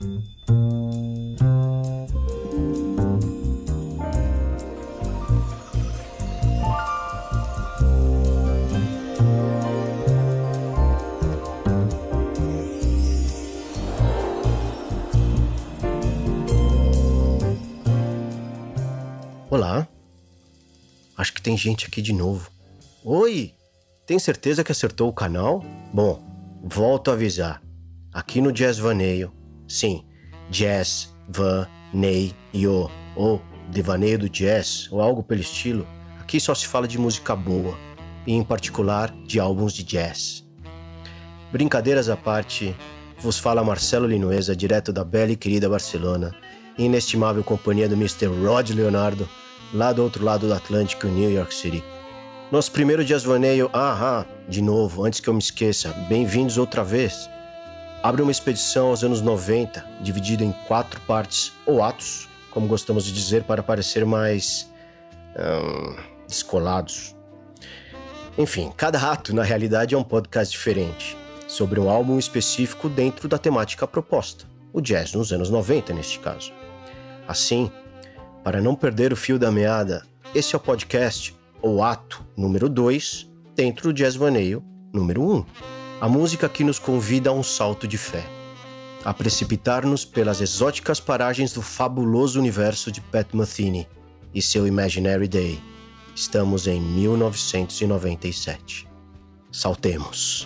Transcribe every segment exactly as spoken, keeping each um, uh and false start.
Olá, acho que tem gente aqui de novo. Oi, tem certeza que acertou o canal? Bom, volto a avisar. Aqui no Jazz Vaneio, sim, Jazz Vaneio, ou Devaneio do Jazz, ou algo pelo estilo, aqui só se fala de música boa, e em particular de álbuns de jazz. Brincadeiras à parte, vos fala Marcelo Linueza, direto da bela e querida Barcelona, e inestimável companhia do mister Rod Leonardo, lá do outro lado do Atlântico, em New York City. Nosso primeiro Jazz Vaneio, ah, ah, de novo, antes que eu me esqueça, bem-vindos outra vez. Abre uma expedição aos anos noventa, dividida em quatro partes, ou atos, como gostamos de dizer, para parecer mais hum, descolados. Enfim, cada ato, na realidade, é um podcast diferente, sobre um álbum específico dentro da temática proposta, o jazz nos anos noventa, neste caso. Assim, para não perder o fio da meada, esse é o podcast, ou ato número dois, dentro do Jazz Vaneio número um. A música que nos convida a um salto de fé, a precipitar-nos pelas exóticas paragens do fabuloso universo de Pat Metheny e seu Imaginary Day. Estamos em mil novecentos e noventa e sete. Saltemos!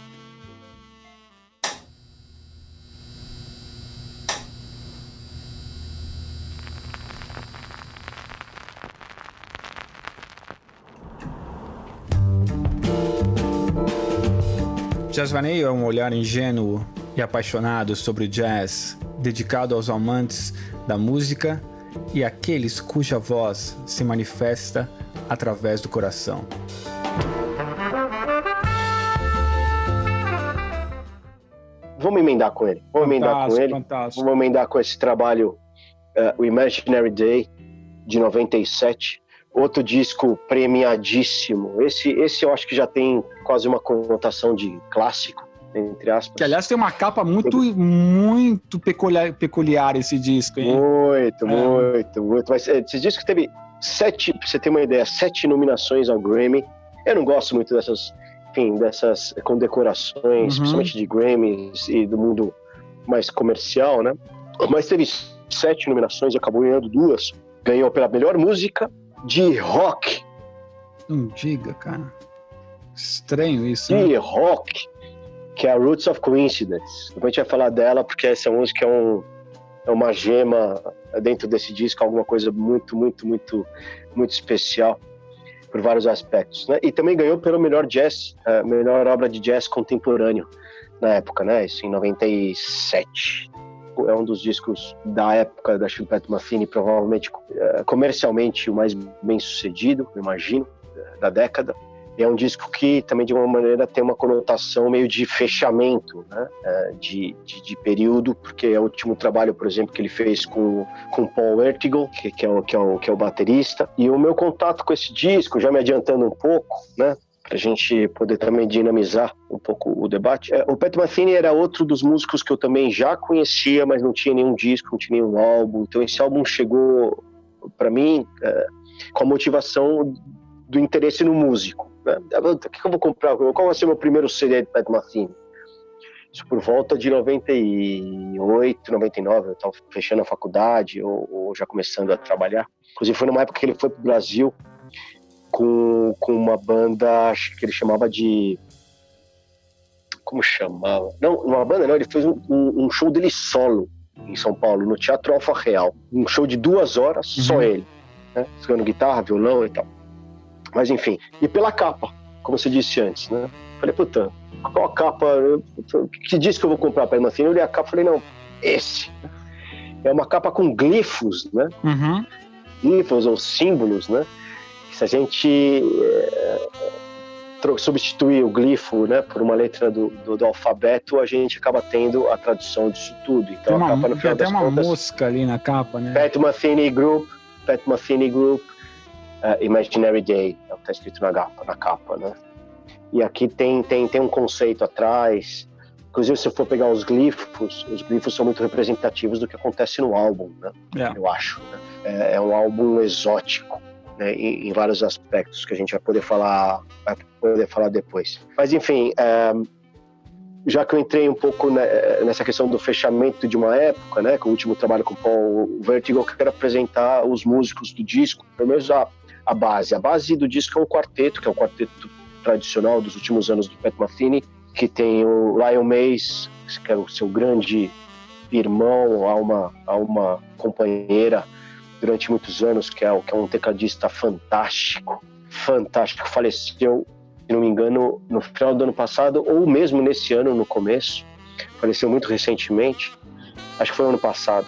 Jazz Vaneio é um olhar ingênuo e apaixonado sobre o jazz, dedicado aos amantes da música e àqueles cuja voz se manifesta através do coração. Vamos emendar com ele. Vamos emendar com ele. Fantástico. Vamos emendar com esse trabalho, uh, o Imaginary Day, de noventa e sete. Outro disco premiadíssimo. Esse, esse eu acho que já tem quase uma conotação de clássico, entre aspas. Que, aliás, tem uma capa muito, muito peculiar, peculiar esse disco, hein? Muito, é. muito, muito. Mas esse disco teve sete, pra você ter uma ideia, sete nominações ao Grammy. Eu não gosto muito dessas, enfim, dessas condecorações, uhum. principalmente de Grammys e do mundo mais comercial, né? Mas teve sete nominações e acabou ganhando duas. Ganhou pela melhor música de rock. Não diga, cara. Estranho isso. De né? rock, que é a Roots of Coincidence. Depois a gente vai falar dela, porque essa música é, um, é uma gema dentro desse disco, alguma coisa muito, muito, muito, muito especial por vários aspectos, né? E também ganhou pelo melhor jazz, a melhor obra de jazz contemporâneo na época, né? Isso em noventa e sete. É um dos discos da época da Pat Metheny, provavelmente comercialmente o mais bem sucedido, eu imagino, da década. É um disco que também de uma maneira tem uma conotação meio de fechamento, né? de, de, de período, porque é o último trabalho, por exemplo, que ele fez com com Paul Ertigal, que, que, é o, que, é o, que é o baterista. E o meu contato com esse disco, já me adiantando um pouco, né? Para a gente poder também dinamizar um pouco o debate. É, o Pat Metheny era outro dos músicos que eu também já conhecia, mas não tinha nenhum disco, não tinha nenhum álbum. Então esse álbum chegou para mim é, com a motivação do interesse no músico. Né? O que eu vou comprar? Qual vai ser o meu primeiro C D de Pat Metheny? Isso por volta de noventa e oito, noventa e nove, eu estava fechando a faculdade ou, ou já começando a trabalhar. Inclusive foi numa época que ele foi para o Brasil Com, com uma banda, acho que ele chamava de... Como chamava? Não, uma banda não, ele fez um, um, um show dele solo em São Paulo, no Teatro Alfa Real. Um show de duas horas, uhum. só ele. Né? Tocando guitarra, violão e tal. Mas enfim, e pela capa, como você disse antes, né? Falei, puta, qual a capa? Que disco que eu vou comprar para ele? Assim, eu olhei a capa e falei, não, esse. É uma capa com glifos, né? Uhum. Glifos ou símbolos, né? Se a gente é, substituir o glifo, né, por uma letra do, do, do alfabeto, a gente acaba tendo a tradução disso tudo. Então tem uma, a capa no final tem das até uma contas, mosca ali na capa, né? Pat Metheny Group, Pat Metheny Group, uh, Imaginary Day, é o que está escrito na capa, na capa, né? E aqui tem, tem, tem um conceito atrás, Inclusive, se for pegar os glifos, os glifos são muito representativos do que acontece no álbum, né? Yeah. Eu acho. Né? É, é um álbum exótico, né? em, em vários aspectos que a gente vai poder falar, vai poder falar depois. Mas, enfim, é, já que eu entrei um pouco nessa questão do fechamento de uma época, né? Com o último trabalho com o Paul Vertigo, eu quero apresentar os músicos do disco, pelo menos a, a base. A base do disco é um quarteto, que é um quarteto tradicional dos últimos anos do Pat Metheny, que tem o Ryan Mays, que é o seu grande irmão, a uma, a uma companheira durante muitos anos, que é, que é um tecladista fantástico, fantástico, faleceu, se não me engano, no final do ano passado, ou mesmo nesse ano, no começo, faleceu muito recentemente, acho que foi no ano passado.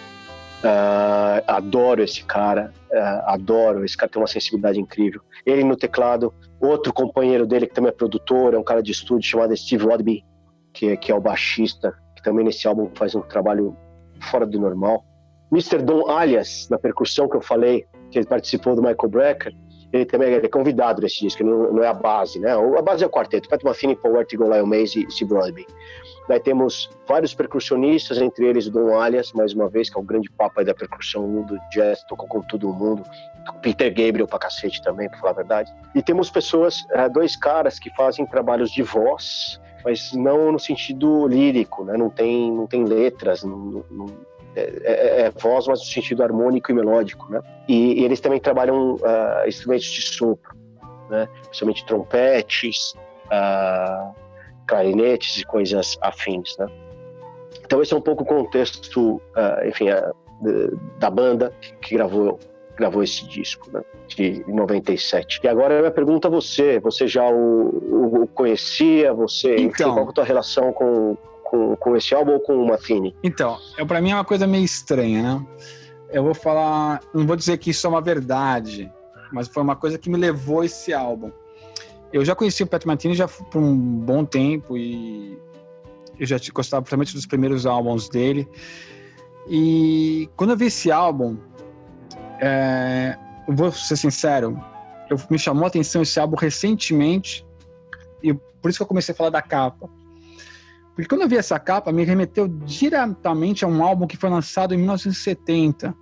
Uh, adoro esse cara, uh, adoro, esse cara tem uma sensibilidade incrível. Ele no teclado, outro companheiro dele que também é produtor, é um cara de estúdio chamado Steve Rodby, que, que é o baixista, que também nesse álbum faz um trabalho fora do normal. mister Don Alias, na percussão que eu falei, que ele participou do Michael Brecker, ele também ele é convidado nesse disco, não, não é a base, né? A base é o quarteto, Pat Metheny, Paul Vertigo, Lyle Mays e Steve Rodby. Daí temos vários percussionistas, entre eles o Don Alias, mais uma vez, que é o grande papai da percussão do jazz, tocou com todo mundo. Peter Gabriel pra cacete também, pra falar a verdade. E temos pessoas, dois caras que fazem trabalhos de voz, mas não no sentido lírico, né? Não tem, não tem letras, não, não, é, é, é voz, mas no sentido harmônico e melódico, né? E, e eles também trabalham uh, instrumentos de sopro, né? Principalmente trompetes, uh, clarinetes e coisas afins, né? Então esse é um pouco o contexto, uh, enfim, uh, da banda que, que gravou, gravou esse disco, né? De noventa e sete. E agora a minha pergunta a você, você já o, o conhecia, você, então, enfim, qual é a tua relação com, com, com esse álbum ou com o Metheny? Então, eu, pra mim é uma coisa meio estranha, né? Eu vou falar, não vou dizer que isso é uma verdade, mas foi uma coisa que me levou a esse álbum. Eu já conheci o Pat Metheny já por um bom tempo e eu já gostava principalmente dos primeiros álbuns dele. E quando eu vi esse álbum, é, eu vou ser sincero, eu, me chamou a atenção esse álbum recentemente e por isso que eu comecei a falar da capa. Porque quando eu vi essa capa, me remeteu diretamente a um álbum que foi lançado em mil novecentos e setenta.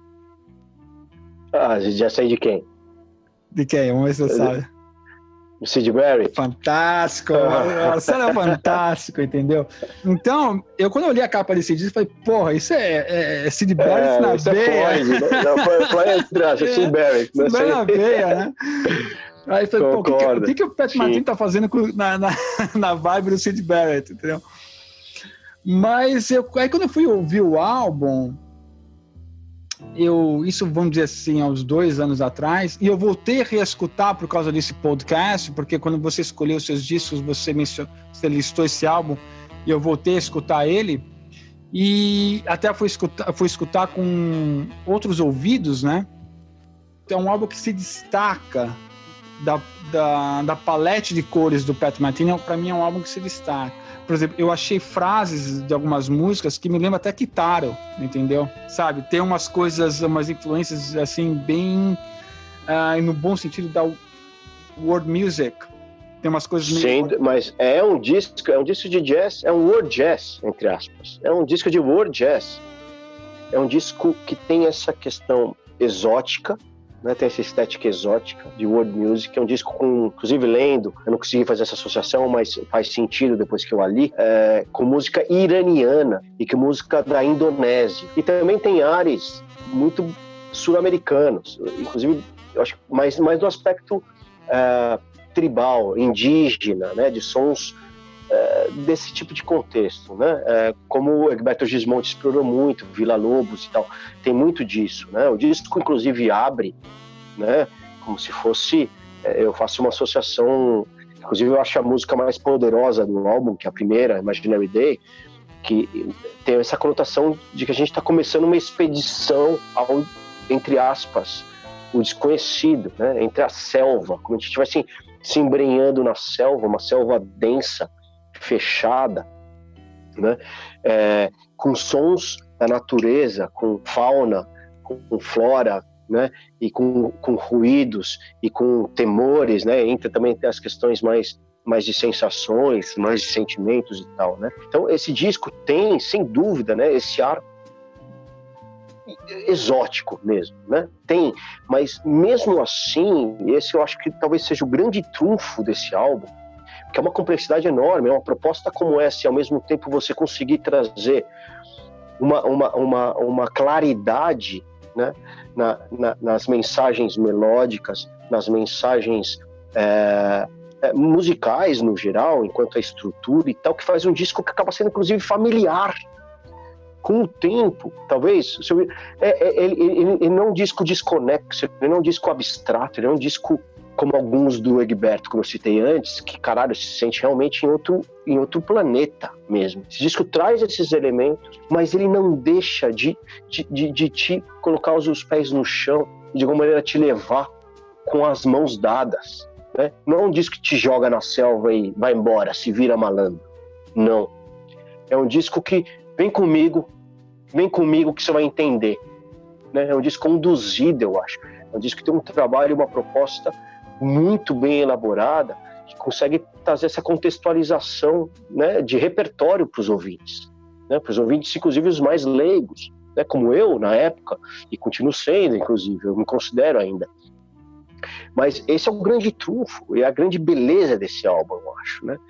Ah, já sei de quem. De quem? Vamos ver se você sabe. O Syd Barrett. Fantástico, você era fantástico, entendeu? Então, eu quando eu li a capa desse disco, eu falei, porra, isso é, é, é Syd Barrett é, na isso veia. É Floyd, não, foi, foi atrás, é Syd Barrett. Syd Barrett na veia, né? Aí eu falei, pô, o que, que, o que, que o Pat Metheny tá fazendo com, na, na, na vibe do Syd Barrett, entendeu? Mas eu, aí quando eu fui ouvir o álbum, eu, isso vamos dizer assim, há uns dois anos atrás, e eu voltei a reescutar por causa desse podcast, porque quando você escolheu os seus discos, você, mencionou, você listou esse álbum, e eu voltei a escutar ele, e até fui escutar, fui escutar com outros ouvidos, né? É um álbum que se destaca da, da, da palete de cores do Pat Metheny. Para mim é um álbum que se destaca. Por exemplo, eu achei frases de algumas músicas que me lembram até Kitaro, entendeu? Sabe, tem umas coisas, umas influências assim bem uh, no bom sentido da world music. Tem umas coisas meio... Sim, mas é um disco, é um disco de jazz, é um world jazz, entre aspas. É um disco de world jazz. É um disco que tem essa questão exótica, né, tem essa estética exótica de world music, é um disco com, inclusive lendo, eu não consegui fazer essa associação, mas faz sentido depois que eu a li, é, com música iraniana e com música da Indonésia. E também tem ares muito sul-americanos, inclusive, eu acho mais, mais do aspecto é, tribal, indígena, né, de sons é, desse tipo de contexto, né? É, como o Egberto Gismonti explorou muito, Vila Lobos e tal, tem muito disso, né? O disco inclusive abre, né, como se fosse, é, eu faço uma associação, inclusive eu acho a música mais poderosa do álbum, que é a primeira, Imaginary Day, que tem essa conotação de que a gente está começando uma expedição ao, entre aspas, o desconhecido, né? Entre a selva, como a gente estivesse se embrenhando na selva, uma selva densa, fechada, né? É, com sons da natureza, com fauna, com, com flora, né? E com, com ruídos e com temores, né? Entra também as questões mais mais de sensações, mais de sentimentos e tal, né? Então esse disco tem, sem dúvida, né, esse ar exótico mesmo, né? Tem, mas mesmo assim, esse eu acho que talvez seja o grande trunfo desse álbum, que é uma complexidade enorme, é uma proposta como essa, e ao mesmo tempo você conseguir trazer uma, uma, uma, uma claridade, né, na, na, nas mensagens melódicas, nas mensagens é, é, musicais no geral, enquanto a estrutura e tal, que faz um disco que acaba sendo inclusive familiar com o tempo, talvez. É, é, ele, ele, ele não é um disco desconexo, ele não é um disco abstrato, ele é um disco como alguns do Egberto, como eu citei antes, que, caralho, se sente realmente em outro, em outro planeta mesmo. Esse disco traz esses elementos, mas ele não deixa de, de, de, de te colocar os pés no chão, de alguma maneira te levar com as mãos dadas, né? Não é um disco que te joga na selva e vai embora, se vira malandro. Não. É um disco que vem comigo, vem comigo que você vai entender, né? É um disco conduzido, eu acho. É um disco que tem um trabalho, uma proposta muito bem elaborada, que consegue trazer essa contextualização, né, de repertório para os ouvintes, né? Para os ouvintes, inclusive os mais leigos, né, como eu, na época, e continuo sendo, inclusive, eu me considero ainda. Mas esse é o grande trunfo, e a grande beleza desse álbum, eu acho, né?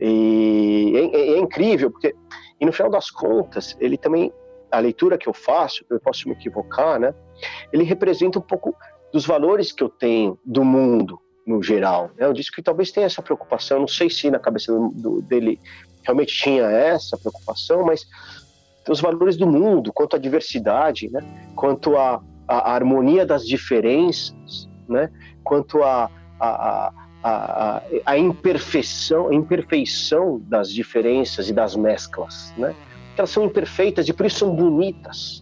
E é, é incrível, porque, e no final das contas, ele também, a leitura que eu faço, eu posso me equivocar, né? Ele representa um pouco dos valores que eu tenho do mundo, no geral, né? Eu disse que talvez tenha essa preocupação, não sei se na cabeça do, do, dele realmente tinha essa preocupação, mas os valores do mundo, quanto à diversidade, né? Quanto à, à harmonia das diferenças, né? Quanto à a, a, a, a imperfeição, a imperfeição das diferenças e das mesclas, né? Porque elas são imperfeitas e por isso são bonitas,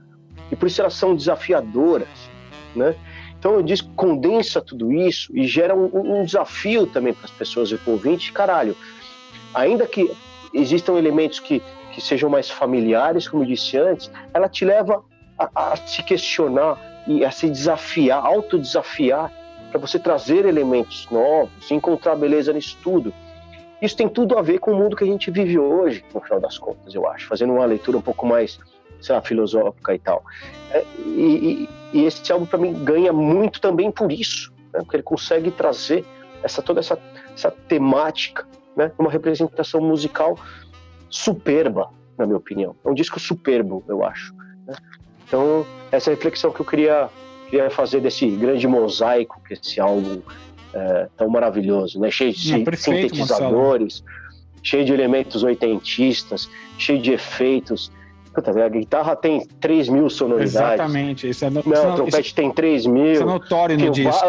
e por isso elas são desafiadoras, né? Então o disco condensa tudo isso e gera um, um desafio também para as pessoas e para o ouvinte. Caralho, ainda que existam elementos que, que sejam mais familiares, como eu disse antes, ela te leva a, a se questionar e a se desafiar, autodesafiar, para você trazer elementos novos e encontrar beleza nisso tudo. Isso tem tudo a ver com o mundo que a gente vive hoje, no final das contas, eu acho, fazendo uma leitura um pouco mais, sei lá, filosófica e tal. É, e, e, e esse álbum, para mim, ganha muito também por isso, né? Porque ele consegue trazer essa, toda essa, essa temática, né? Uma representação musical superba, na minha opinião. É um disco superbo, eu acho, né? Então, essa é a reflexão que eu queria, queria fazer desse grande mosaico que esse álbum é tão maravilhoso, né? Cheio de Não, perfeito, sintetizadores, Marcelo. Cheio de elementos oitentistas, cheio de efeitos. Puta, a guitarra tem três mil sonoridades. Exatamente. Isso é no... Não, o trompete isso... tem três mil. Isso é notório no disco.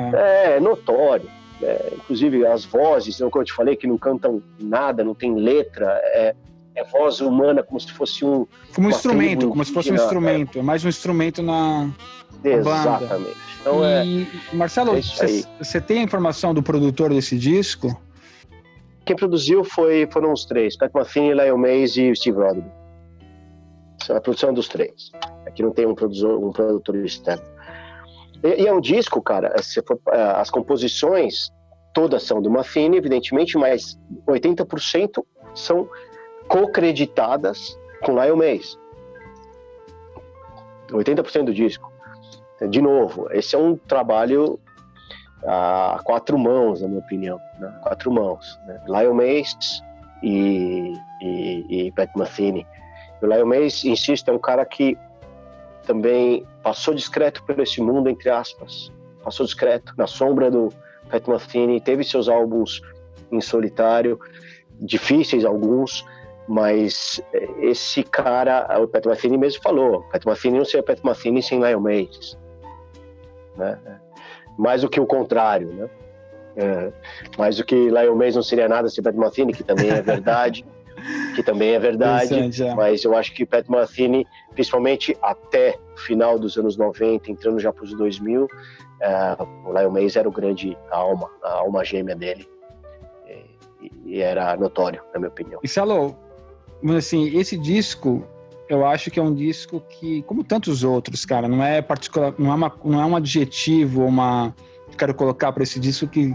É, é notório. É, inclusive as vozes, como eu te falei, que não cantam nada, não tem letra, é, é voz humana, como se fosse um... Como um instrumento, como se fosse um instrumento. É mais um instrumento na, na banda. Exatamente. Então, e, é, Marcelo, você é tem a informação do produtor desse disco? Quem produziu foi, foram os três, Pat Metheny, Lyle Mays e Steve Rodman. A produção dos três. Aqui não tem um produtor, um produtor externo. E, e é um disco, cara, se for, as composições todas são do Metheny, evidentemente, mas oitenta por cento são co-creditadas com Lyle Mays. oitenta por cento do disco. De novo, esse é um trabalho a quatro mãos, na minha opinião. Né? Quatro mãos. Né? Lyle Mays e, e, e Pat Metheny. O Lyle Mays, insisto, é um cara que também passou discreto por esse mundo, entre aspas. Passou discreto, na sombra do Pat Metheny, teve seus álbuns em solitário, difíceis alguns, mas esse cara, o Pat Metheny mesmo falou, Pat Metheny não seria Pat Metheny sem Lyle Mays. Né? Mais do que o contrário, né? É, mais do que Lyle Mays não seria nada sem Pat Metheny, que também é verdade. que também é verdade, é. Mas eu acho que Pat Metheny, principalmente até o final dos anos noventa, entrando já para os dois mil, uh, o Lyle Mays era o grande alma, a alma gêmea dele, e, e era notório, na minha opinião. E Salo, assim, esse disco, eu acho que é um disco que, como tantos outros, cara, não é particular, não é, uma, não é um adjetivo ou uma, quero colocar para esse disco que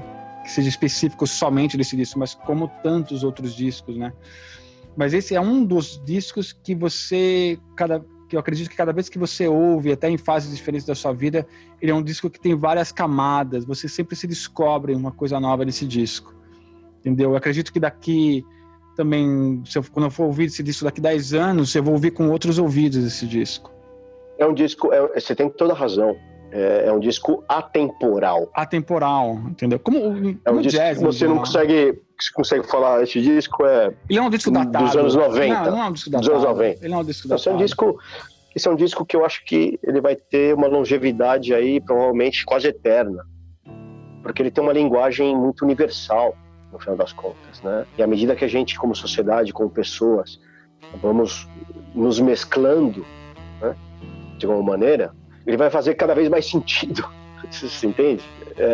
que seja específico somente desse disco, mas como tantos outros discos, né? Mas esse é um dos discos que você, cada, que eu acredito que cada vez que você ouve, até em fases diferentes da sua vida, ele é um disco que tem várias camadas, você sempre se descobre uma coisa nova nesse disco, entendeu? Eu acredito que daqui também, se eu, quando eu for ouvir esse disco daqui a dez anos, eu vou ouvir com outros ouvidos esse disco. É um disco, é, você tem toda a razão, é, é um disco atemporal. Atemporal, entendeu? Como, como é um disco jazz, que você não consegue, consegue falar, esse disco é... Ele é um disco datado. Dos anos noventa. Não, não é um disco datado. Dos anos noventa. Ele é um disco datado. Esse é um disco, esse é um disco que eu acho que ele vai ter uma longevidade aí, provavelmente quase eterna. Porque ele tem uma linguagem muito universal, no final das contas, né? E à medida que a gente, como sociedade, como pessoas, vamos nos mesclando, né, de alguma maneira, ele vai fazer cada vez mais sentido. Você entende?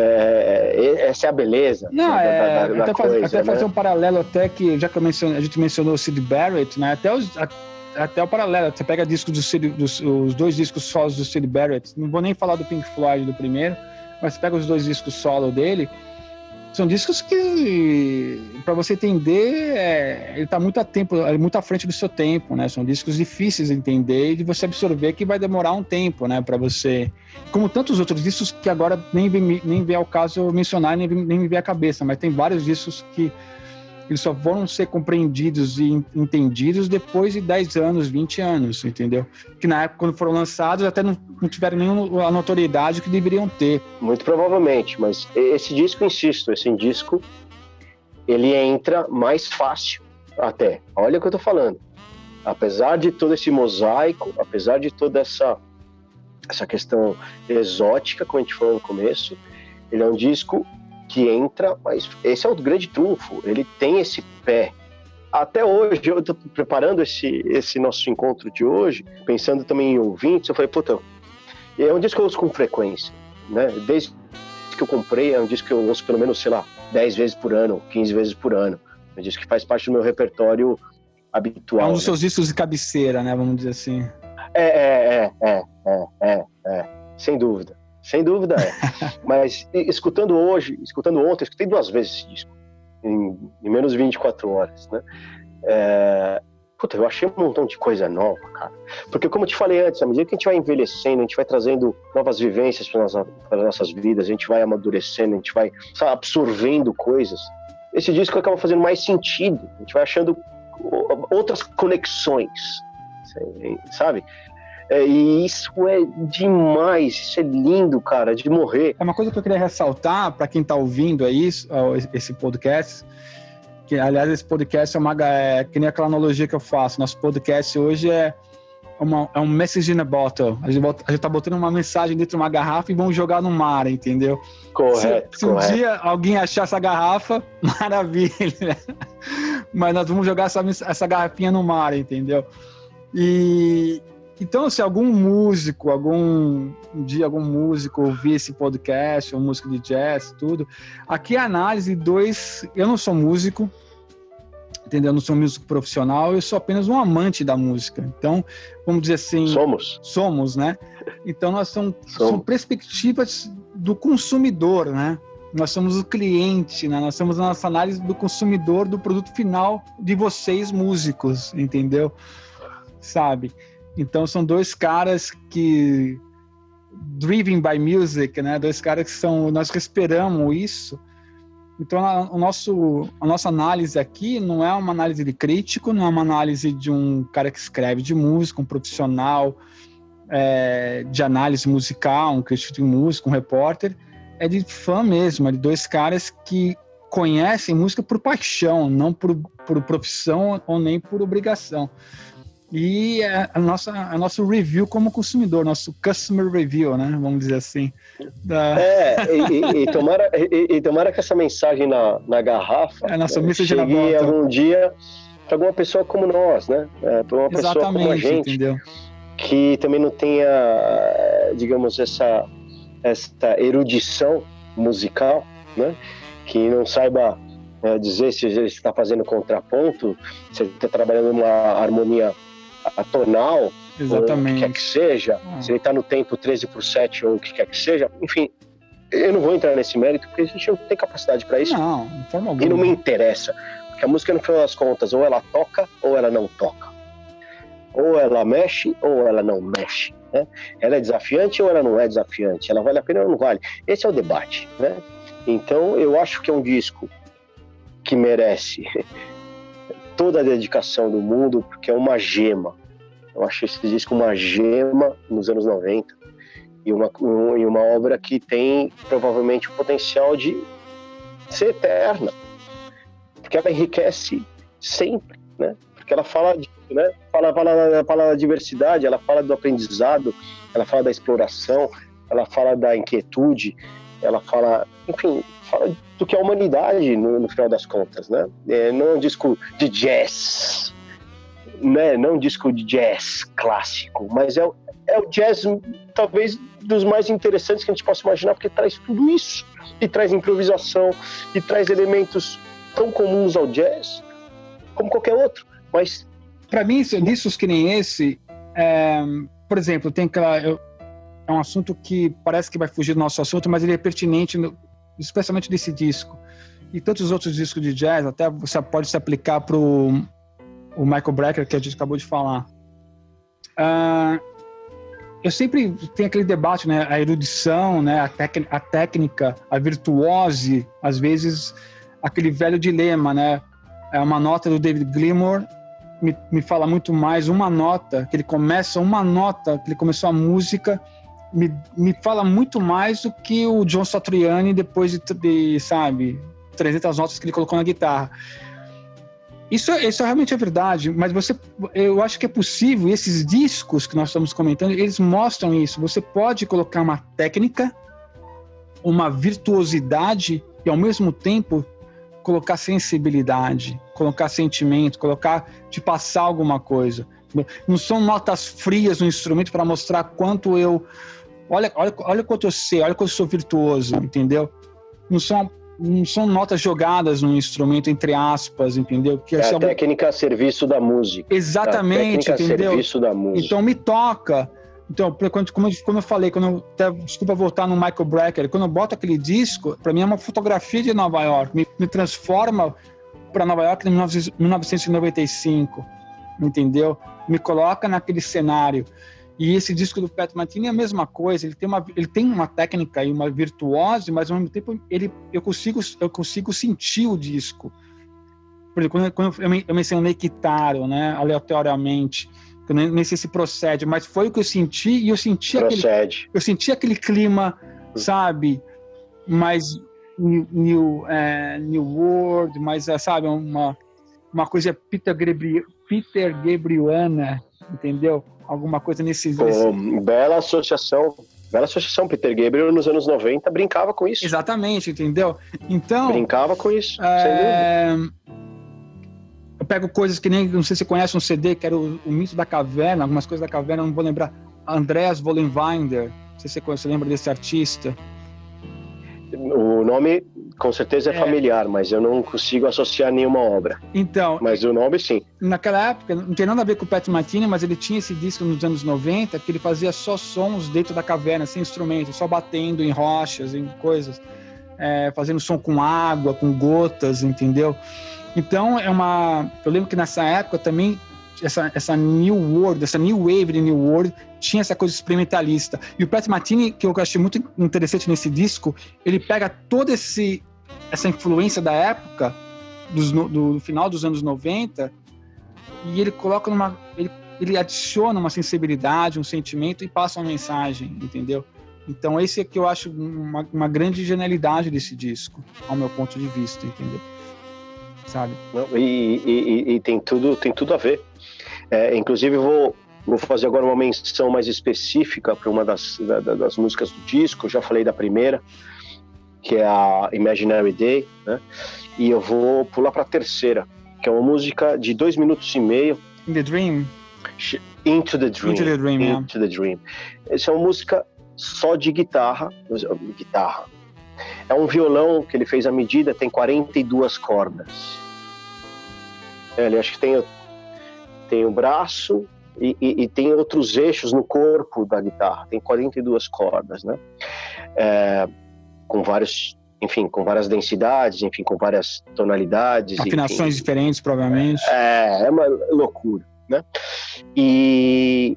É, essa é a beleza. Não, da, é, da, da até, coisa, faz, até né? fazer um paralelo até que, já que eu menciono, a gente mencionou o Syd Barrett, né? Até, os, a, até o paralelo, você pega discos do Syd, dos, os dois discos solos do Syd Barrett, não vou nem falar do Pink Floyd do primeiro, mas pega os dois discos solo dele, são discos que, para você entender, é, ele está muito a tempo, muito à frente do seu tempo, né? São discos difíceis de entender e de você absorver, que vai demorar um tempo, né? Para você, como tantos outros discos que agora nem vem, nem vem ao caso mencionar, nem, nem me vem à cabeça, mas tem vários discos que eles só vão ser compreendidos e entendidos depois de dez anos, vinte anos, entendeu? Que na época, quando foram lançados, até não, não tiveram nenhuma notoriedade que deveriam ter. Muito provavelmente, mas esse disco, insisto, esse disco, ele entra mais fácil até. Olha o que eu tô falando. Apesar de todo esse mosaico, apesar de toda essa, essa questão exótica, como a gente falou no começo, ele é um disco que entra, mas esse é o grande trunfo, ele tem esse pé. Até hoje, eu estou preparando esse, esse nosso encontro de hoje, pensando também em ouvintes, eu falei, puta, é um disco que eu ouço com frequência, né? Desde que eu comprei, é um disco que eu ouço pelo menos, sei lá, dez vezes por ano, quinze vezes por ano. É um disco que faz parte do meu repertório habitual. É um dos né? seus discos de cabeceira, né, vamos dizer assim. É, é, é, é, é, é, é, sem dúvida. Sem dúvida é. Mas escutando hoje, escutando ontem, eu escutei duas vezes esse disco, em, em menos de vinte e quatro horas, né? É, puta, eu achei um montão de coisa nova, cara. Porque como eu te falei antes, à medida que a gente vai envelhecendo, a gente vai trazendo novas vivências para nossa, as nossas vidas, a gente vai amadurecendo, a gente vai, sabe, absorvendo coisas. Esse disco acaba fazendo mais sentido, a gente vai achando outras conexões, sabe? É, e isso é demais, isso é lindo, cara, de morrer. É uma coisa que eu queria ressaltar para quem está ouvindo aí, esse podcast, que aliás esse podcast é, uma, é que nem aquela analogia que eu faço, nosso podcast hoje é, uma, é um message in a bottle, a gente está botando uma mensagem dentro de uma garrafa e vamos jogar no mar, entendeu? Correto, Se, se correto. um dia alguém achar essa garrafa, maravilha, mas nós vamos jogar essa, essa garrafinha no mar, entendeu? E... Então, se algum músico, algum um dia algum músico ouvir esse podcast, ou música de jazz, tudo, aqui é a análise de dois... Eu não sou músico, entendeu? Eu não sou músico profissional, eu sou apenas um amante da música. Então, vamos dizer assim... Somos. Somos, né? Então, nós somos, somos. são perspectivas do consumidor, né? Nós somos o cliente, né? Nós somos a nossa análise do consumidor, do produto final de vocês, músicos, entendeu? Sabe? Então são dois caras que driven by music, né? Dois caras que são, nós respiramos isso. Então a, o nosso, a nossa análise aqui não é uma análise de crítico, não é uma análise de um cara que escreve de música, um profissional é, de análise musical, um crítico de música, um repórter. É de fã mesmo, é de dois caras que conhecem música por paixão, não por, por profissão ou nem por obrigação. E a, a, nossa, a nosso review como consumidor, nosso customer review, né? Vamos dizer assim. Da... É, e, e, tomara, e, e tomara que essa mensagem na, na garrafa é, nossa, né, chegue algum dia para alguma pessoa como nós, né? É, para uma pessoa Exatamente, como a gente, entendeu? Que também não tenha, digamos, essa, essa erudição musical, né? Que não saiba é, dizer se ele está fazendo contraponto, se ele está trabalhando numa harmonia atonal, exatamente, ou o que quer que seja, ah. se ele está no tempo treze por sete ou o que quer que seja, enfim, eu não vou entrar nesse mérito, porque a gente não tem capacidade para isso. Não, de forma alguma. E não me interessa. Porque a música, no final das contas, ou ela toca, ou ela não toca. Ou ela mexe, ou ela não mexe. Né? Ela é desafiante ou ela não é desafiante? Ela vale a pena ou não vale? Esse é o debate. Né? Então, eu acho que é um disco que merece toda a dedicação do mundo, porque é uma gema. Eu acho esse disco uma gema nos anos noventa. E uma, um, e uma obra que tem provavelmente o potencial de ser eterna, porque ela enriquece sempre, né? Porque ela fala, de, né? fala, fala, fala da diversidade, ela fala do aprendizado, ela fala da exploração, ela fala da inquietude, ela fala, enfim, fala do que é a humanidade no, no final das contas, né? É, não é um disco de jazz, né? Não é um disco de jazz clássico, mas é, é o jazz talvez dos mais interessantes que a gente possa imaginar, porque traz tudo isso, e traz improvisação, e traz elementos tão comuns ao jazz, como qualquer outro, mas... Para mim, discos que nem esse, é, por exemplo, tem aquela... Eu, é um assunto que parece que vai fugir do nosso assunto, mas ele é pertinente, no, especialmente desse disco. E tantos outros discos de jazz, até você pode se aplicar para o Michael Brecker, que a gente acabou de falar. Uh, eu sempre tenho aquele debate, né? A erudição, né? a, tec, a técnica, a virtuose, às vezes aquele velho dilema, né? É uma nota do David Gilmour me, me fala muito mais, uma nota, que ele começa, uma nota, que ele começou a música, me, me fala muito mais do que o John Satriani depois de, de, sabe, trezentas notas que ele colocou na guitarra. Isso, isso realmente é verdade, mas você, eu acho que é possível, e esses discos que nós estamos comentando, eles mostram isso. Você pode colocar uma técnica, uma virtuosidade e, ao mesmo tempo, colocar sensibilidade, colocar sentimento, colocar, te passar alguma coisa. Não são notas frias no instrumento para mostrar quanto eu... Olha, olha, olha quanto eu sei, olha quanto eu sou virtuoso, entendeu? Não são... não são notas jogadas no instrumento, entre aspas, entendeu? Que é a algum... técnica a serviço da música. Exatamente, a técnica entendeu? a serviço da música. Então me toca. Então, como eu, como eu falei, quando eu, até, desculpa voltar no Michael Brecker, quando eu boto aquele disco, para mim é uma fotografia de Nova York, me, me transforma para Nova York em mil novecentos e noventa e cinco, entendeu? Me coloca naquele cenário. E esse disco do Pat Metheny é a mesma coisa, ele tem uma, ele tem uma técnica e uma virtuose, mas ao mesmo tempo ele, eu, consigo, eu consigo sentir o disco. Por exemplo, quando, quando eu, eu mencionei Kitaro, né, aleatoriamente, eu nem, nem sei se procede, mas foi o que eu senti, e eu senti procede. aquele, eu senti aquele clima, sabe, mais new, new, é, new World, mais, sabe, uma, uma coisa Peter, Gabriel, Peter Gabrieliana, entendeu? Alguma coisa nesse... Pô, nesse... Bela associação. Bela associação. Peter Gabriel, nos anos noventa, brincava com isso. Exatamente, entendeu? Então... Brincava com isso, é... sem dúvida. Eu pego coisas que nem... Não sei se você conhece um C D, que era o, o Mito da Caverna, algumas coisas da caverna, não vou lembrar. Andreas Vollenweider. Não sei se você lembra desse artista. O nome, com certeza, é, é familiar, mas eu não consigo associar nenhuma obra. Então... Mas o nome, sim. Naquela época, não tem nada a ver com o Pat Metheny, mas ele tinha esse disco nos anos noventa, que ele fazia só sons dentro da caverna, sem instrumento, só batendo em rochas, em coisas, é, fazendo som com água, com gotas, entendeu? Então, é uma... Eu lembro que nessa época também, essa, essa New World, essa New Wave de New World, tinha essa coisa experimentalista. E o Pat Metheny, que eu achei muito interessante nesse disco, ele pega toda esse, essa influência da época, dos, do, do final dos anos noventa, e ele coloca numa... Ele, ele adiciona uma sensibilidade, um sentimento e passa uma mensagem, entendeu? Então esse é que eu acho uma, uma grande genialidade desse disco, ao meu ponto de vista, entendeu? Sabe? Não, e, e, e tem, tudo, tem tudo a ver. É, inclusive vou, vou fazer agora uma menção mais específica para uma das, da, das músicas do disco. Eu já falei da primeira, que é a Imaginary Day, né? E eu vou pular para a terceira, que é uma música de dois minutos e meio. In the Dream? Into the Dream. Into the Dream, Into yeah. the Dream. Essa é uma música só de guitarra. Guitarra. É um violão que ele fez à medida, tem quarenta e duas cordas. É, ele acho que tem, tem o braço e, e, e tem outros eixos no corpo da guitarra. Tem quarenta e duas cordas, né? É, com vários, enfim, com várias densidades, enfim, com várias tonalidades. Afinações enfim. diferentes, provavelmente. É, é uma loucura, né? E,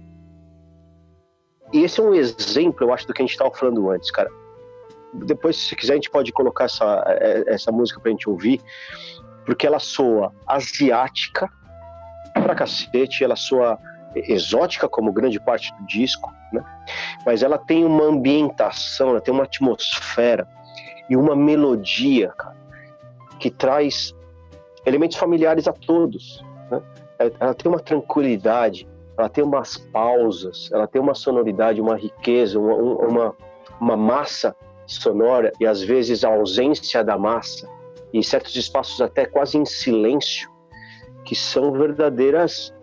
e esse é um exemplo, eu acho, do que a gente estava falando antes, cara. Depois, se quiser, a gente pode colocar essa, essa música pra gente ouvir, porque ela soa asiática pra cacete, ela soa exótica, como grande parte do disco, né? Mas ela tem uma ambientação, ela tem uma atmosfera e uma melodia, cara, que traz elementos familiares a todos, né? Ela tem uma tranquilidade, ela tem umas pausas, ela tem uma sonoridade, uma riqueza, uma, uma, uma massa sonora e às vezes a ausência da massa e certos espaços até quase em silêncio, que são verdadeiras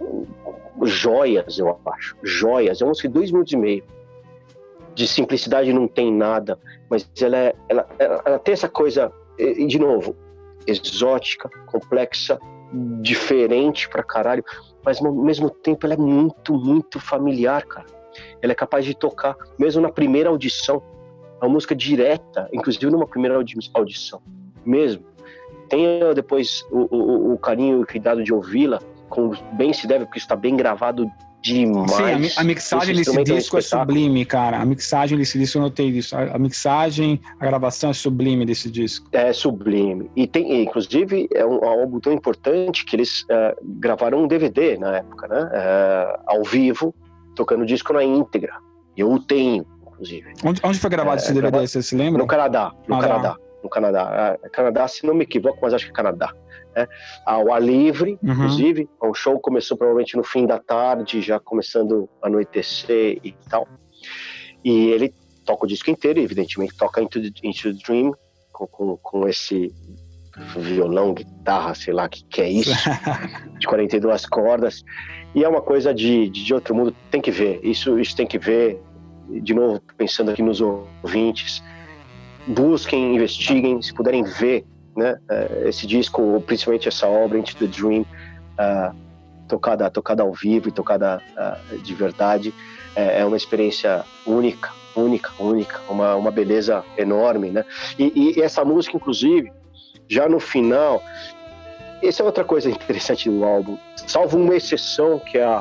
joias, eu acho, joias. É uma música de dois minutos e meio, de simplicidade não tem nada, mas ela, é, ela, ela, ela tem essa coisa, de novo, exótica, complexa, diferente pra caralho, mas ao mesmo tempo ela é muito, muito familiar, cara. Ela é capaz de tocar, mesmo na primeira audição, é uma música direta, inclusive numa primeira audição, mesmo. Tenha depois o, o, o carinho e o cuidado de ouvi-la, como bem se deve, porque isso está bem gravado demais. Sim, a, mi a mixagem desse disco é, é sublime, cara. A mixagem desse disco, eu notei isso. A, a mixagem, a gravação é sublime desse disco. É sublime. E tem, inclusive, é um, um álbum tão importante que eles uh, gravaram um D V D na época, né? Uh, ao vivo, tocando o disco na íntegra. Eu o tenho, inclusive. Onde, onde foi gravado é, esse D V D, você se lembra? No Canadá, no ah, Canadá. Tá. No Canadá. Uh, Canadá, se não me equivoco, mas acho que é Canadá. Né? Ao ar livre, uhum. Inclusive. O show começou provavelmente no fim da tarde, já começando a anoitecer e tal. E ele toca o disco inteiro, e evidentemente toca Into the, Into the Dream, com, com, com esse violão, guitarra, sei lá o que, que é isso, de quarenta e duas cordas. E é uma coisa de, de, de outro mundo, tem que ver. Isso, isso tem que ver. De novo, pensando aqui nos ouvintes, busquem, investiguem, se puderem ver, né, esse disco, principalmente essa obra Into the Dream, uh, tocada, tocada ao vivo e tocada uh, de verdade, é, é uma experiência única, única, única, uma, uma beleza enorme, né? E, e essa música, inclusive, já no final, essa é outra coisa interessante do álbum, salvo uma exceção, que é a,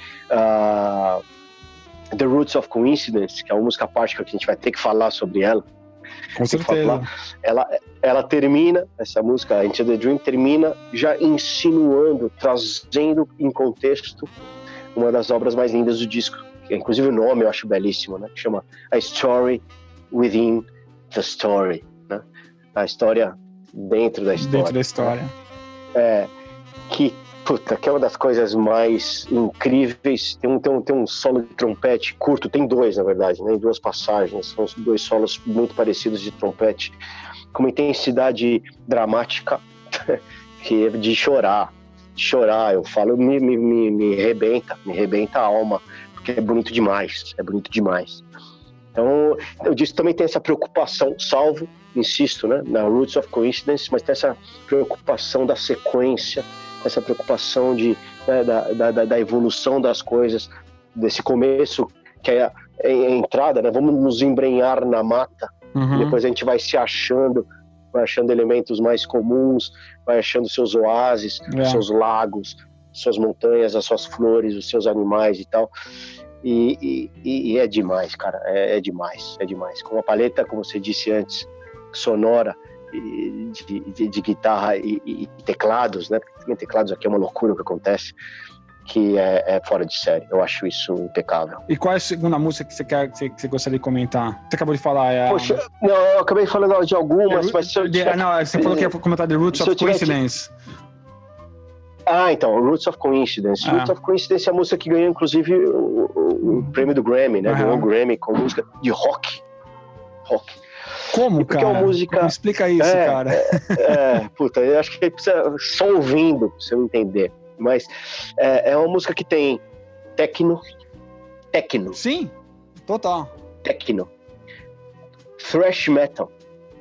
a The Roots of Coincidence, que é uma música à parte que a gente vai ter que falar sobre ela. Com certeza. Ela, ela termina, essa música, Into the Dream, termina já insinuando, trazendo em contexto uma das obras mais lindas do disco. Que, inclusive o nome eu acho belíssimo, né? Que chama A Story Within the Story, né? A história dentro da história. Dentro da história. É, que, puta, que é uma das coisas mais incríveis. Tem um, tem um, tem um solo de trompete curto, tem dois, na verdade, né, em duas passagens. São dois solos muito parecidos de trompete, com uma intensidade dramática que é de chorar, de chorar. Eu falo, me, me, me, me rebenta, me rebenta a alma, porque é bonito demais, é bonito demais. Então, eu disse, também tem essa preocupação, salvo, insisto, né, na Roots of Coincidence, mas tem essa preocupação da sequência, essa preocupação de, né, da, da, da evolução das coisas, desse começo, que é a, é a entrada, né? Vamos nos embrenhar na mata, uhum. Depois a gente vai se achando, vai achando elementos mais comuns, vai achando seus oásis, é. seus lagos, suas montanhas, as suas flores, os seus animais e tal. E, e, e é demais, cara, é, é demais, é demais. Com uma paleta, como você disse antes, sonora, De, de, de guitarra e, e teclados, né? Porque teclados aqui é uma loucura o que acontece, que é, é fora de série. Eu acho isso impecável. E qual é a segunda música que você quer, que você, que você gostaria de comentar? Você acabou de falar. É a... Poxa, não, eu acabei falando de algumas, the, mas se eu tiver... Não, você falou que ia comentar The Roots of Coincidence. Que... Ah, então, Roots of Coincidence. Ah. Roots of Coincidence é a música que ganhou, inclusive, o, o, o prêmio do Grammy, né? Ganhou o Grammy com música de rock. Rock. Como, cara? É uma música... Me explica isso, é, cara. É, é, puta, eu acho que precisa só ouvindo pra você entender. Mas é, é uma música que tem techno, techno. Sim, total. Techno. Thrash metal.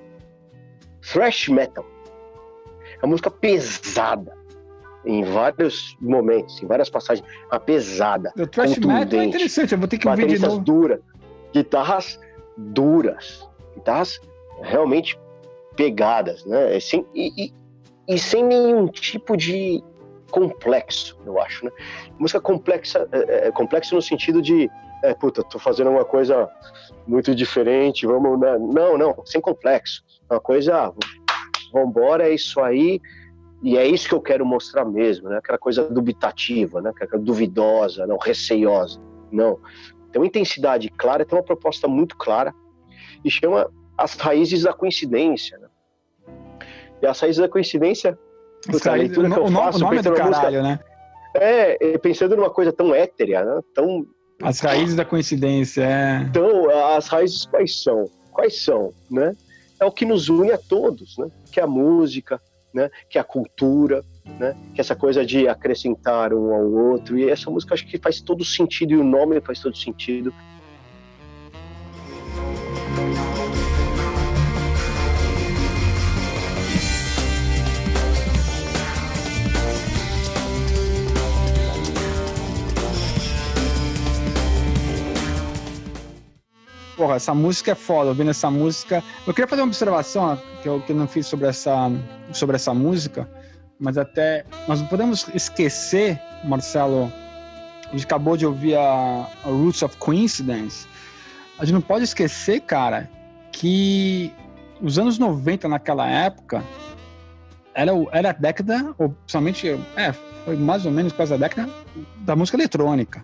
Thrash metal. É uma música pesada. Em vários momentos, em várias passagens. Uma pesada. O thrash metal é interessante, eu vou ter que ouvir de novo. Duras, guitarras duras. guitarras realmente pegadas, né? Sem, e, e, e sem nenhum tipo de complexo, eu acho, né? Música complexa, é, é complexo no sentido de, é, puta, tô fazendo uma coisa muito diferente, vamos, né? Não, não, sem complexo. Uma coisa, vambora, é isso aí, e é isso que eu quero mostrar mesmo, né? Aquela coisa dubitativa, né? Aquela duvidosa, não, receiosa, não. Tem uma intensidade clara, tem uma proposta muito clara, e chama As Raízes da Coincidência, né? E As Raízes da Coincidência, puta, a leitura o, que eu o faço... O nome é do caralho, música, né? É, pensando numa coisa tão éterea, né? Tão... As Raízes da Coincidência, é... Então, as raízes quais são? Quais são, né? É o que nos une a todos, né? Que é a música, né? Que é a cultura, né? Que é essa coisa de acrescentar um ao outro. E essa música acho que faz todo sentido, e o nome faz todo sentido. Porra, essa música é foda, ouvindo essa música... Eu queria fazer uma observação que eu, que eu não fiz sobre essa, sobre essa música, mas até... Nós não podemos esquecer, Marcelo, a gente acabou de ouvir a, a Roots of Coincidence, a gente não pode esquecer, cara, que os anos noventa naquela época era, era a década, ou principalmente, é, foi mais ou menos quase a década da música eletrônica.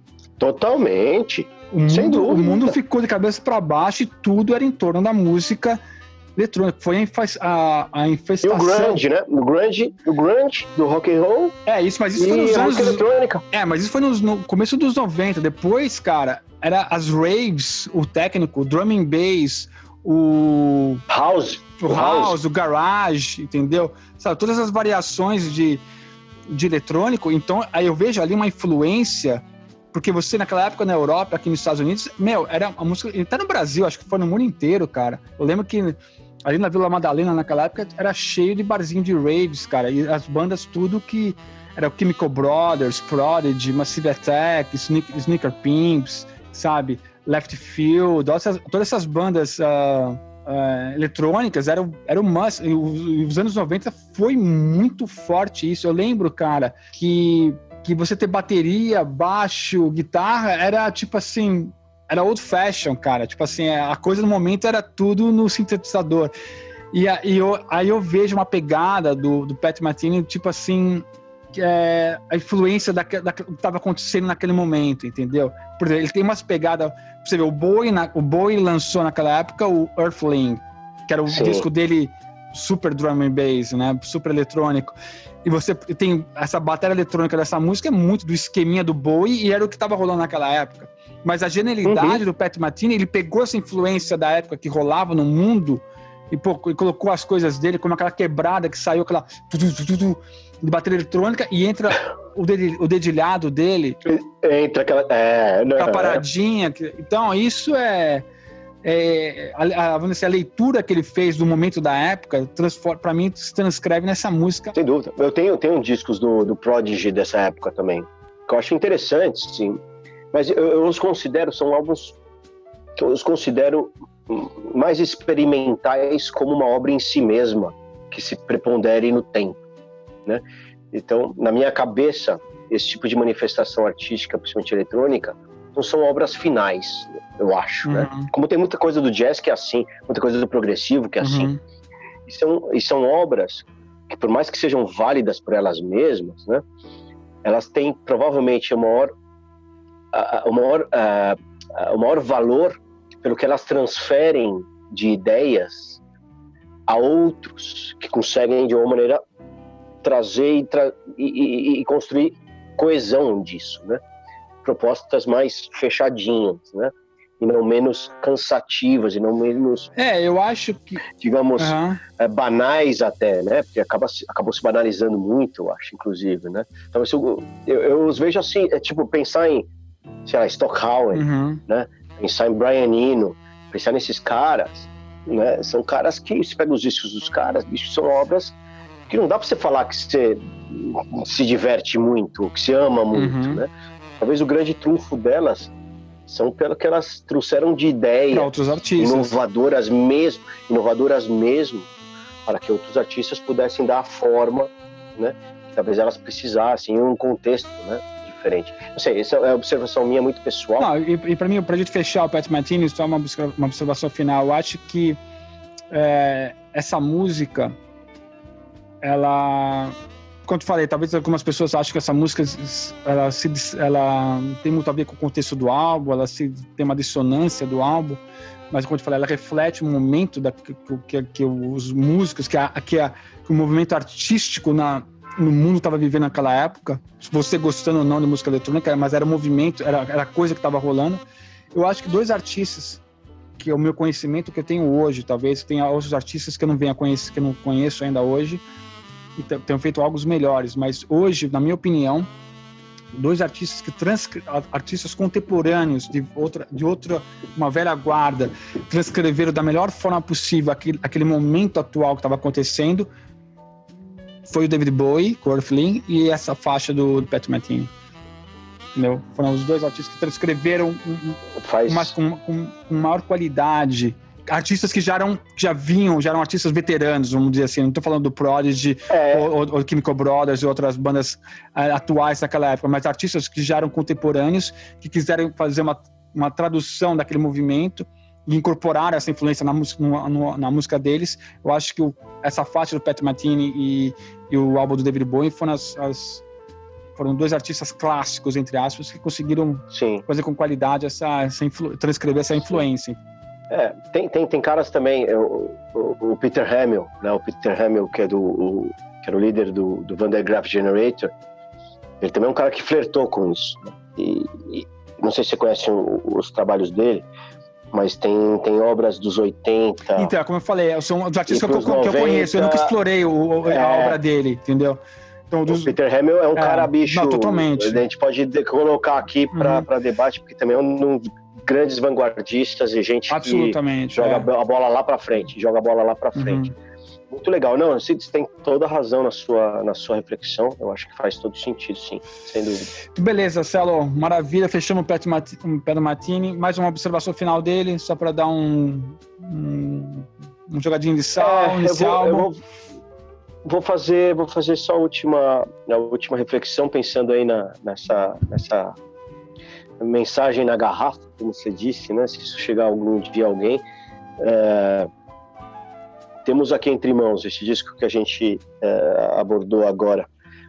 Totalmente. O mundo, Sem dúvida. O mundo ficou de cabeça para baixo e tudo era em torno da música eletrônica. Foi a, infa- a, a infestação. E o grunge, né? O grunge, o grunge do rock and roll. É, isso, mas isso e foi nos a anos... música eletrônica. É, mas isso foi nos, no começo dos noventa. Depois, cara, era as raves, o técnico, o drum and bass, o... House. O, o house, house, o garage, entendeu? Sabe, todas as variações de, de eletrônico. Então, aí eu vejo ali uma influência... Porque você, naquela época, na Europa, aqui nos Estados Unidos, meu, era uma música... Até no Brasil, acho que foi no mundo inteiro, cara. Eu lembro que ali na Vila Madalena, naquela época, era cheio de barzinho de raves, cara. E as bandas, tudo que... Era o Chemical Brothers, Prodigy, Massive Attack, Sneak, Sneaker Pimps, sabe? Left Field, todas essas, todas essas bandas uh, uh, eletrônicas eram, eram must. E os, os anos noventa foi muito forte isso. Eu lembro, cara, que... que você ter bateria, baixo, guitarra, era tipo assim, era old fashion, cara, tipo assim, a coisa no momento era tudo no sintetizador. E, a, e eu, aí eu vejo uma pegada do, do Pat Metheny, tipo assim, que é a influência da, da, do que estava acontecendo naquele momento, entendeu? Por exemplo, ele tem umas pegadas, você vê, o Bowie, na, o Bowie lançou naquela época o Earthling, que era o Sim. disco dele super drum and bass, né, super eletrônico. E você tem essa bateria eletrônica dessa música, é muito do esqueminha do Bowie, e era o que estava rolando naquela época. Mas a genialidade uhum. do Pat Metheny, ele pegou essa influência da época que rolava no mundo e, pô, e colocou as coisas dele, como aquela quebrada que saiu, aquela tu, tu, tu, tu, de bateria eletrônica, e entra o, ded, o dedilhado dele. Entra aquela... É, não, aquela paradinha. É. Então, isso é... É, a, a, vamos dizer, a leitura que ele fez do momento da época, para mim, se transcreve nessa música. Sem dúvida. Eu tenho, tenho discos do, do Prodigy dessa época também, que eu acho interessantes, sim. Mas eu, eu os considero, são álbuns que eu os considero mais experimentais como uma obra em si mesma, que se prepondere no tempo, né? Então, na minha cabeça, esse tipo de manifestação artística, principalmente eletrônica, não são obras finais, eu acho, uhum. né? Como tem muita coisa do jazz que é assim, muita coisa do progressivo que é assim. Uhum. E, são, e são obras que, por mais que sejam válidas por elas mesmas, né? Elas têm provavelmente o maior, uh, o, maior, uh, o maior valor pelo que elas transferem de ideias a outros que conseguem, de uma maneira, trazer e, tra- e, e, e construir coesão disso, né? Propostas mais fechadinhas, né? E não menos cansativas, e não menos... É, eu acho que... Digamos, uhum. é, banais até, né? Porque acaba, acabou se banalizando muito, eu acho, inclusive, né? Então, eu, eu, eu os vejo assim, é tipo, pensar em, sei lá, Stockhauer, uhum. né? Pensar em Brian Eno, pensar nesses caras, né? São caras que, se pega os discos dos caras, bicho, são obras que não dá pra você falar que você se diverte muito, que você ama muito, uhum. né? Talvez o grande trunfo delas são pelo que elas trouxeram de ideia, outros artistas, inovadoras mesmo, inovadoras mesmo, para que outros artistas pudessem dar a forma, né, que talvez elas precisassem em um contexto, né, diferente. Não sei, essa é a observação minha muito pessoal. Não, e, e para mim, para a gente fechar o Pat Metheny, só uma, uma observação final. Eu acho que é, essa música, ela, como eu falei, talvez algumas pessoas acham que essa música ela, se, ela tem muito a ver com o contexto do álbum, ela se, tem uma dissonância do álbum, mas como eu falei, ela reflete o momento da, que, que, que os músicos, que, a, que, a, que o movimento artístico na, no mundo estava vivendo naquela época, você gostando ou não de música eletrônica, mas era o movimento, era, era a coisa que estava rolando. Eu acho que dois artistas, que é o meu conhecimento que eu tenho hoje, talvez tenha outros artistas que eu não venha conhecer, que eu não conheço ainda hoje, e tenham feito algo melhores, mas hoje, na minha opinião, dois artistas que transcre... artistas contemporâneos de outra, de outra, uma velha guarda, transcreveram da melhor forma possível aquele, aquele momento atual que estava acontecendo, foi o David Bowie, com Earthling, e essa faixa do, do Pat Metheny. Entendeu? Foram os dois artistas que transcreveram um, Faz... uma, com, com, com maior qualidade. Artistas que já, eram, já vinham, já eram artistas veteranos, vamos dizer assim. Não estou falando do Prodigy, é. ou, ou, ou Chemical Brothers e outras bandas uh, atuais daquela época, mas artistas que já eram contemporâneos, que quiseram fazer uma, uma tradução daquele movimento e incorporar essa influência na, no, no, na música deles. Eu acho que o, essa faixa do Pat Metheny e, e o álbum do David Bowie foram, as, as, foram dois artistas clássicos, entre aspas, que conseguiram Sim. fazer com qualidade essa, essa influ, transcrever essa influência. É, tem, tem, tem caras também, o, o, o Peter Hamill, né, o Peter Hamill, que, é do, o, que era o líder do, do Van der Graaf Generator, ele também é um cara que flertou com isso. Né? E, e não sei se você conhece o, os trabalhos dele, mas tem, tem obras dos oitenta. Então, como eu falei, são os artistas que eu, noventa, que eu conheço, eu nunca explorei o, é, a obra dele, entendeu? Então, dos... O Peter Hamill é um é, cara bicho. Não, totalmente. A gente pode colocar aqui para uhum. debate, porque também é um grandes vanguardistas e gente que joga é. a bola lá para frente, joga a bola lá para frente. Uhum. Muito legal. Não, você tem toda a razão na sua, na sua reflexão. Eu acho que faz todo sentido, sim, sem dúvida. Beleza, Celo. Maravilha. Fechamos o Pat Metheny. Mais uma observação final dele, só para dar um, um, um jogadinho de sal é, nesse eu vou, álbum. Eu vou, vou, fazer, vou fazer só a última, a última reflexão, pensando aí na, nessa... nessa mensagem na garrafa, como você disse, né? Se isso chegar algum dia a alguém, é... temos aqui entre mãos esse disco que a gente é, abordou agora,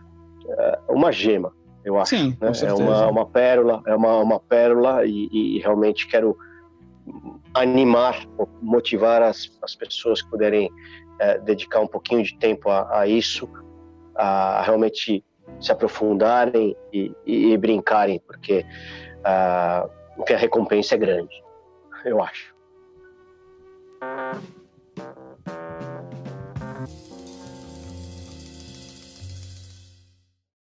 é uma gema, eu acho. Sim, né? É uma, uma pérola, é uma, uma pérola e, e realmente quero animar, motivar as, as pessoas que puderem é, dedicar um pouquinho de tempo a, a isso, a realmente se aprofundarem e, e, e brincarem, porque Uh, a recompensa é grande, eu acho.